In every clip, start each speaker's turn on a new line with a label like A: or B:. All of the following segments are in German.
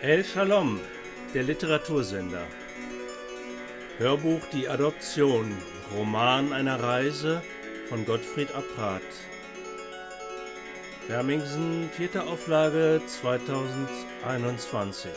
A: El Shalom, der Literatursender. Hörbuch Die Adoption, Roman einer Reise von Gottfried Apprat. Hermingsen, 4. Auflage 2021.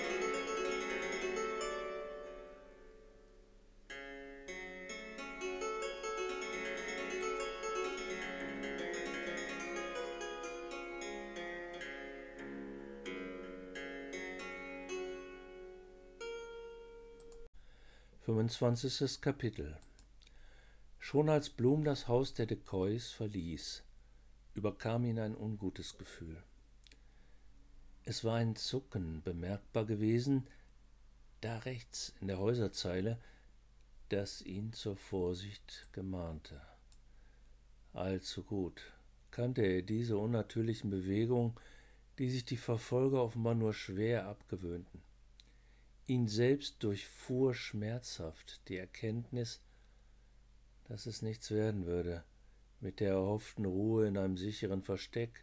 A: Fünfundzwanzigstes Kapitel. Schon als Blum das Haus der Decoys verließ, überkam ihn ein ungutes Gefühl. Es war ein Zucken bemerkbar gewesen, da rechts in der Häuserzeile, das ihn zur Vorsicht gemahnte. Allzu gut kannte er diese unnatürlichen Bewegungen, die sich die Verfolger offenbar nur schwer abgewöhnten. Ihn selbst durchfuhr schmerzhaft die Erkenntnis, dass es nichts werden würde mit der erhofften Ruhe in einem sicheren Versteck,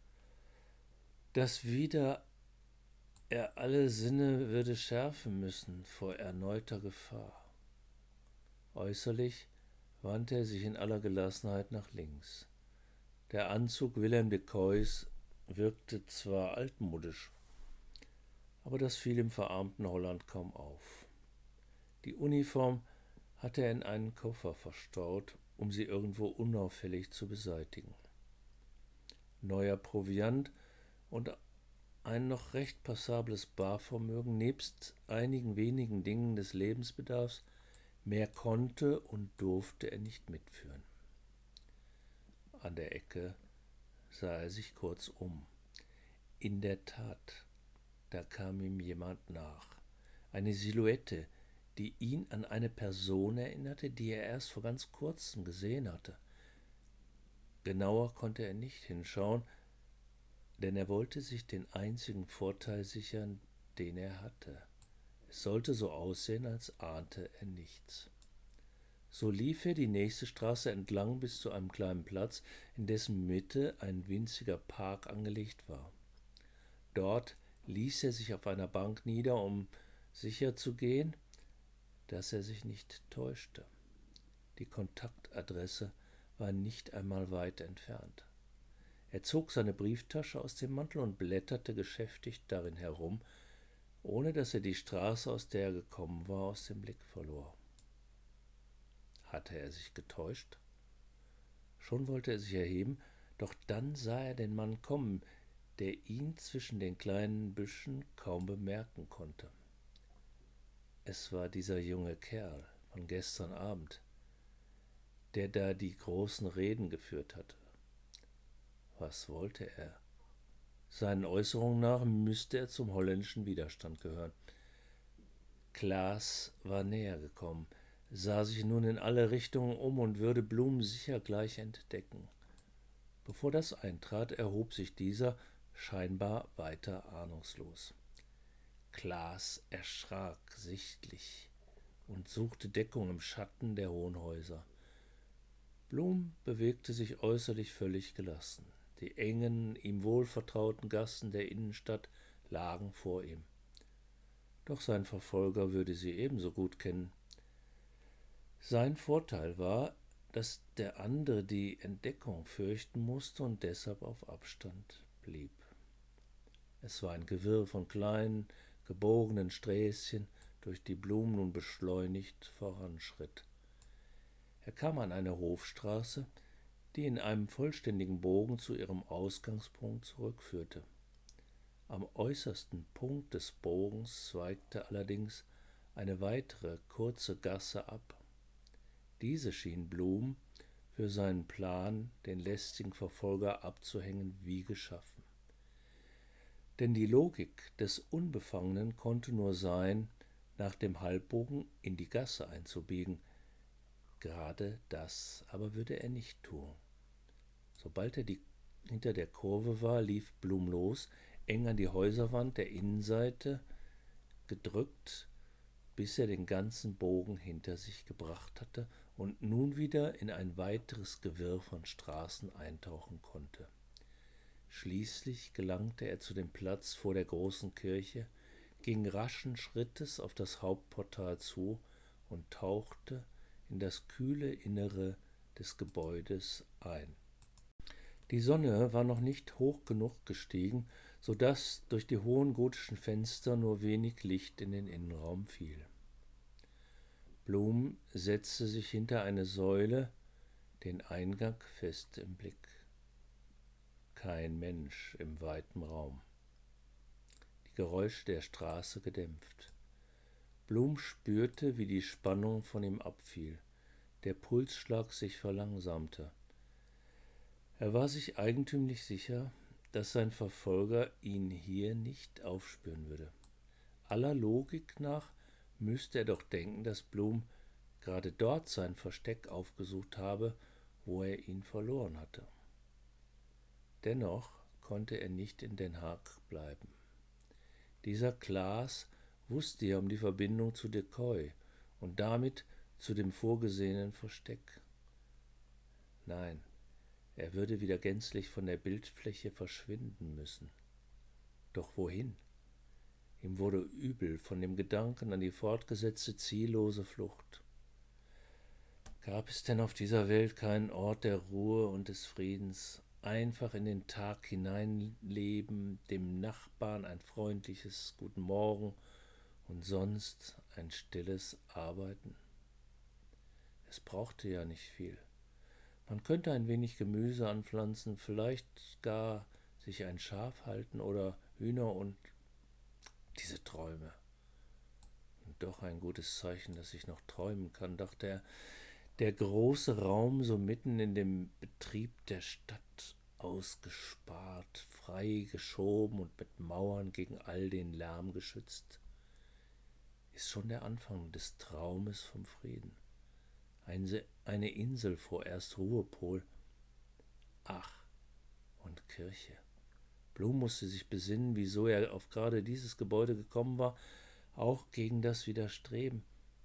A: dass wieder er alle Sinne würde schärfen müssen vor erneuter Gefahr. Äußerlich wandte er sich in aller Gelassenheit nach links. Der Anzug Willem Decoys wirkte zwar altmodisch, aber das fiel im verarmten Holland kaum auf. Die Uniform hatte er in einen Koffer verstaut, um sie irgendwo unauffällig zu beseitigen. Neuer Proviant und ein noch recht passables Barvermögen nebst einigen wenigen Dingen des Lebensbedarfs, mehr konnte und durfte er nicht mitführen. An der Ecke sah er sich kurz um. In der Tat, da kam ihm jemand nach, eine Silhouette, die ihn an eine Person erinnerte, die er erst vor ganz kurzem gesehen hatte. Genauer konnte er nicht hinschauen, denn er wollte sich den einzigen Vorteil sichern, den er hatte. Es sollte so aussehen, als ahnte er nichts. So lief er die nächste Straße entlang bis zu einem kleinen Platz, in dessen Mitte ein winziger Park angelegt war. Dort ließ er sich auf einer Bank nieder, um sicher zu gehen, dass er sich nicht täuschte. Die Kontaktadresse war nicht einmal weit entfernt. Er zog seine Brieftasche aus dem Mantel und blätterte geschäftig darin herum, ohne dass er die Straße, aus der er gekommen war, aus dem Blick verlor. Hatte er sich getäuscht? Schon wollte er sich erheben, doch dann sah er den Mann kommen, der ihn zwischen den kleinen Büschen kaum bemerken konnte. Es war dieser junge Kerl von gestern Abend, der da die großen Reden geführt hatte. Was wollte er? Seinen Äußerungen nach müsste er zum holländischen Widerstand gehören. Klaas war näher gekommen, sah sich nun in alle Richtungen um und würde Blum sicher gleich entdecken. Bevor das eintrat, erhob sich dieser, scheinbar weiter ahnungslos. Klaas erschrak sichtlich und suchte Deckung im Schatten der hohen Häuser. Blum bewegte sich äußerlich völlig gelassen. Die engen, ihm wohlvertrauten Gassen der Innenstadt lagen vor ihm. Doch sein Verfolger würde sie ebenso gut kennen. Sein Vorteil war, dass der andere die Entdeckung fürchten musste und deshalb auf Abstand blieb. Es war ein Gewirr von kleinen, gebogenen Sträßchen, durch die Blum nun beschleunigt voranschritt. Er kam an eine Hofstraße, die in einem vollständigen Bogen zu ihrem Ausgangspunkt zurückführte. Am äußersten Punkt des Bogens zweigte allerdings eine weitere kurze Gasse ab. Diese schien Blum für seinen Plan, den lästigen Verfolger abzuhängen, wie geschaffen. Denn die Logik des Unbefangenen konnte nur sein, nach dem Halbbogen in die Gasse einzubiegen. Gerade das aber würde er nicht tun. Sobald er hinter der Kurve war, lief Blum los, eng an die Häuserwand der Innenseite gedrückt, bis er den ganzen Bogen hinter sich gebracht hatte und nun wieder in ein weiteres Gewirr von Straßen eintauchen konnte. Schließlich gelangte er zu dem Platz vor der großen Kirche, ging raschen Schrittes auf das Hauptportal zu und tauchte in das kühle Innere des Gebäudes ein. Die Sonne war noch nicht hoch genug gestiegen, so dass durch die hohen gotischen Fenster nur wenig Licht in den Innenraum fiel. Blum setzte sich hinter eine Säule, den Eingang fest im Blick. Kein Mensch im weiten Raum. Die Geräusche der Straße gedämpft. Blum spürte, wie die Spannung von ihm abfiel. Der Pulsschlag sich verlangsamte. Er war sich eigentümlich sicher, dass sein Verfolger ihn hier nicht aufspüren würde. Aller Logik nach müsste er doch denken, dass Blum gerade dort sein Versteck aufgesucht habe, wo er ihn verloren hatte. Dennoch konnte er nicht in Den Haag bleiben. Dieser Klaas wusste ja um die Verbindung zu Decoy und damit zu dem vorgesehenen Versteck. Nein, er würde wieder gänzlich von der Bildfläche verschwinden müssen. Doch wohin? Ihm wurde übel von dem Gedanken an die fortgesetzte ziellose Flucht. Gab es denn auf dieser Welt keinen Ort der Ruhe und des Friedens? Einfach in den Tag hineinleben, dem Nachbarn ein freundliches Guten Morgen und sonst ein stilles Arbeiten. Es brauchte ja nicht viel. Man könnte ein wenig Gemüse anpflanzen, vielleicht gar sich ein Schaf halten oder Hühner und diese Träume. Und doch ein gutes Zeichen, dass ich noch träumen kann, dachte er. Der große Raum so mitten in dem Betrieb der Stadt, ausgespart, frei geschoben und mit Mauern gegen all den Lärm geschützt, ist schon der Anfang des Traumes vom Frieden. Eine Insel vorerst Ruhepol. Ach, und Kirche. Blum musste sich besinnen, wieso er auf gerade dieses Gebäude gekommen war, auch gegen das Widerstreben.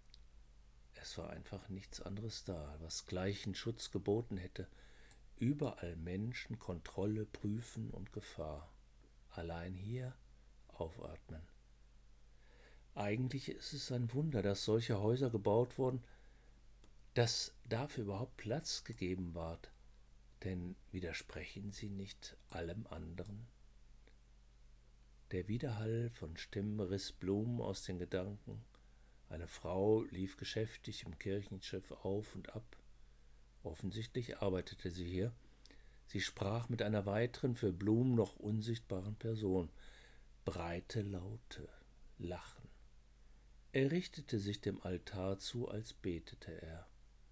A: Es war einfach nichts anderes da, was gleichen Schutz geboten hätte. Überall Menschen, Kontrolle, Prüfen und Gefahr. Allein hier aufatmen. Eigentlich ist es ein Wunder, dass solche Häuser gebaut wurden, dass dafür überhaupt Platz gegeben ward. Denn widersprechen sie nicht allem anderen? Der Widerhall von Stimmen riss Blum aus den Gedanken. Eine Frau lief geschäftig im Kirchenschiff auf und ab. Offensichtlich arbeitete sie hier. Sie sprach mit einer weiteren, für Blum noch unsichtbaren Person. Breite Laute, Lachen. Er richtete sich dem Altar zu, als betete er.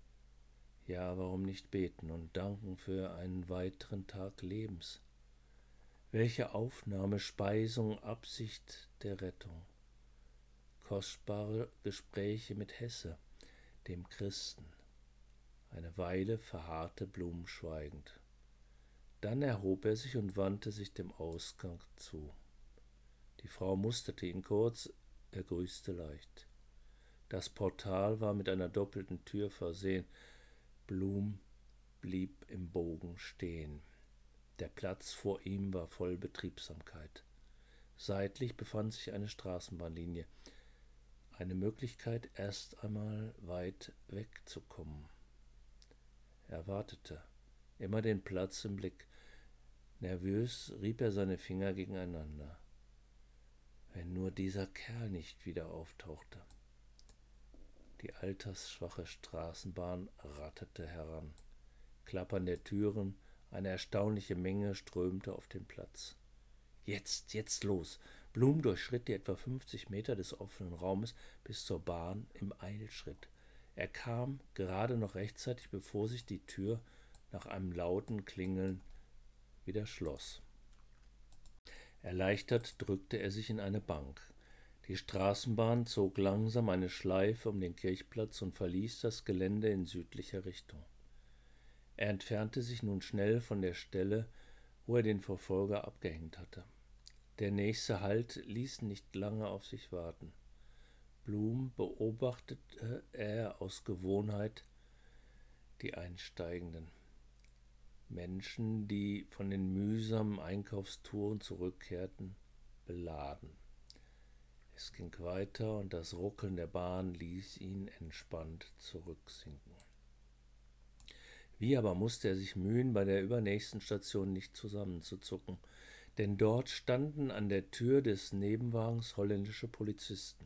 A: Ja, warum nicht beten und danken für einen weiteren Tag Lebens? Welche Aufnahme, Speisung, Absicht der Rettung. Kostbare Gespräche mit Hesse, dem Christen. Eine Weile verharrte Blum schweigend. Dann erhob er sich und wandte sich dem Ausgang zu. Die Frau musterte ihn kurz, er grüßte leicht. Das Portal war mit einer doppelten Tür versehen. Blum blieb im Bogen stehen. Der Platz vor ihm war voll Betriebsamkeit. Seitlich befand sich eine Straßenbahnlinie. Eine Möglichkeit, erst einmal weit wegzukommen. Er wartete, immer den Platz im Blick. Nervös rieb er seine Finger gegeneinander. Wenn nur dieser Kerl nicht wieder auftauchte. Die altersschwache Straßenbahn ratterte heran. Klappern der Türen, eine erstaunliche Menge strömte auf den Platz. Jetzt los! Blum durchschritt die etwa 50 Meter des offenen Raumes bis zur Bahn im Eilschritt. Er kam gerade noch rechtzeitig, bevor sich die Tür nach einem lauten Klingeln wieder schloss. Erleichtert drückte er sich in eine Bank. Die Straßenbahn zog langsam eine Schleife um den Kirchplatz und verließ das Gelände in südlicher Richtung. Er entfernte sich nun schnell von der Stelle, wo er den Verfolger abgehängt hatte. Der nächste Halt ließ nicht lange auf sich warten. Blum beobachtete er aus Gewohnheit die Einsteigenden. Menschen, die von den mühsamen Einkaufstouren zurückkehrten, beladen. Es ging weiter und das Ruckeln der Bahn ließ ihn entspannt zurücksinken. Wie aber musste er sich mühen, bei der übernächsten Station nicht zusammenzuzucken, denn dort standen an der Tür des Nebenwagens holländische Polizisten.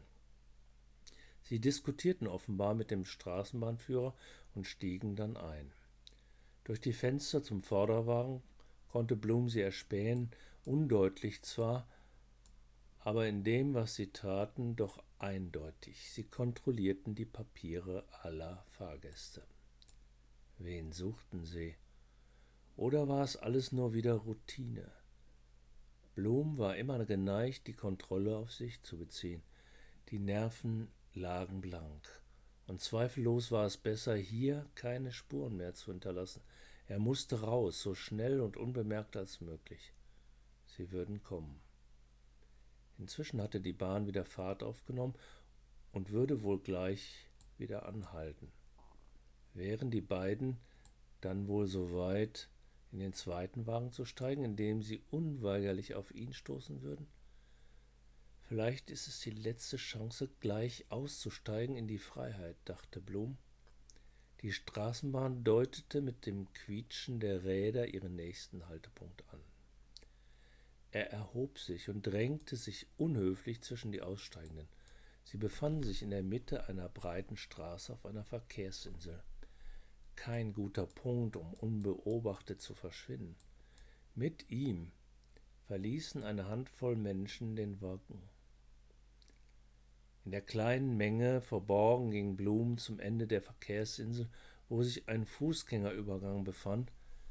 A: Sie diskutierten offenbar mit dem Straßenbahnführer und stiegen dann ein. Durch die Fenster zum Vorderwagen konnte Bloom sie erspähen, undeutlich zwar, aber in dem, was sie taten, doch eindeutig. Sie kontrollierten die Papiere aller Fahrgäste. Wen suchten sie? Oder war es alles nur wieder Routine? Bloom war immer geneigt, die Kontrolle auf sich zu beziehen. Die Nerven lagen blank. Und zweifellos war es besser, hier keine Spuren mehr zu hinterlassen. Er musste raus, so schnell und unbemerkt als möglich. Sie würden kommen. Inzwischen hatte die Bahn wieder Fahrt aufgenommen und würde wohl gleich wieder anhalten. Wären die beiden dann wohl so weit, in den zweiten Wagen zu steigen, in dem sie unweigerlich auf ihn stoßen würden? Vielleicht ist es die letzte Chance, gleich auszusteigen in die Freiheit, dachte Bloom. Die Straßenbahn deutete mit dem Quietschen der Räder ihren nächsten Haltepunkt an. Er erhob sich und drängte sich unhöflich zwischen die Aussteigenden. Sie befanden sich in der Mitte einer breiten Straße auf einer Verkehrsinsel. Kein guter Punkt, um unbeobachtet zu verschwinden. Mit ihm verließen eine Handvoll Menschen den Wagen. In der kleinen Menge verborgen ging Bloom zum Ende der Verkehrsinsel, wo sich ein Fußgängerübergang befand.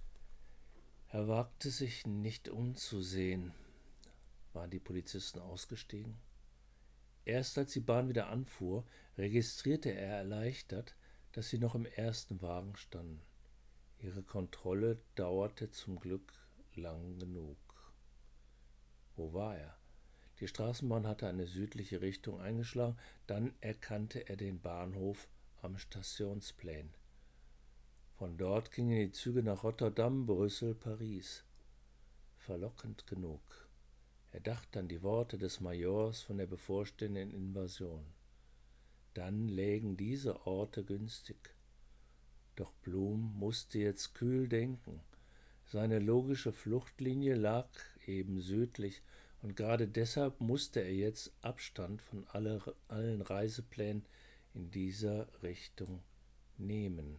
A: Er wagte sich nicht umzusehen. Waren die Polizisten ausgestiegen? Erst als die Bahn wieder anfuhr, registrierte er erleichtert, dass sie noch im ersten Wagen standen. Ihre Kontrolle dauerte zum Glück lang genug. Wo war er? Die Straßenbahn hatte eine südliche Richtung eingeschlagen, dann erkannte er den Bahnhof am Stationsplan. Von dort gingen die Züge nach Rotterdam, Brüssel, Paris. Verlockend genug. Er dachte an die Worte des Majors von der bevorstehenden Invasion. Dann lägen diese Orte günstig. Doch Bloom musste jetzt kühl denken. Seine logische Fluchtlinie lag eben südlich, und gerade deshalb musste er jetzt Abstand von allen Reiseplänen in dieser Richtung nehmen.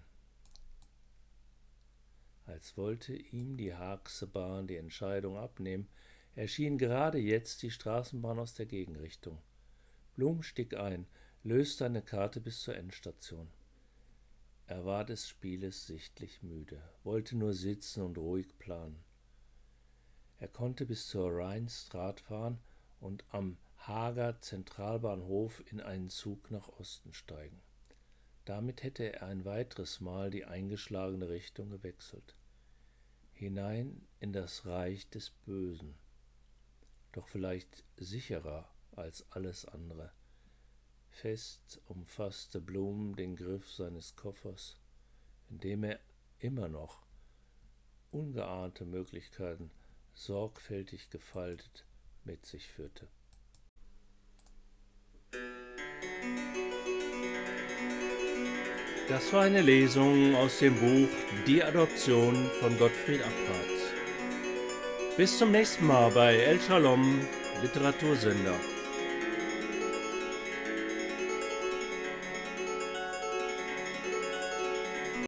A: Als wollte ihm die Haagse Bahn die Entscheidung abnehmen, erschien gerade jetzt die Straßenbahn aus der Gegenrichtung. Bloom stieg ein, löste eine Karte bis zur Endstation. Er war des Spieles sichtlich müde, wollte nur sitzen und ruhig planen. Er konnte bis zur Rijnstraat fahren und am Haager Zentralbahnhof in einen Zug nach Osten steigen. Damit hätte er ein weiteres Mal die eingeschlagene Richtung gewechselt. Hinein in das Reich des Bösen. Doch vielleicht sicherer als alles andere. Fest umfasste Bloom den Griff seines Koffers, in dem er immer noch ungeahnte Möglichkeiten sorgfältig gefaltet mit sich führte. Das war eine Lesung aus dem Buch Die Adoption von Gottfried Apprat. Bis zum nächsten Mal bei El Shalom Literatursender.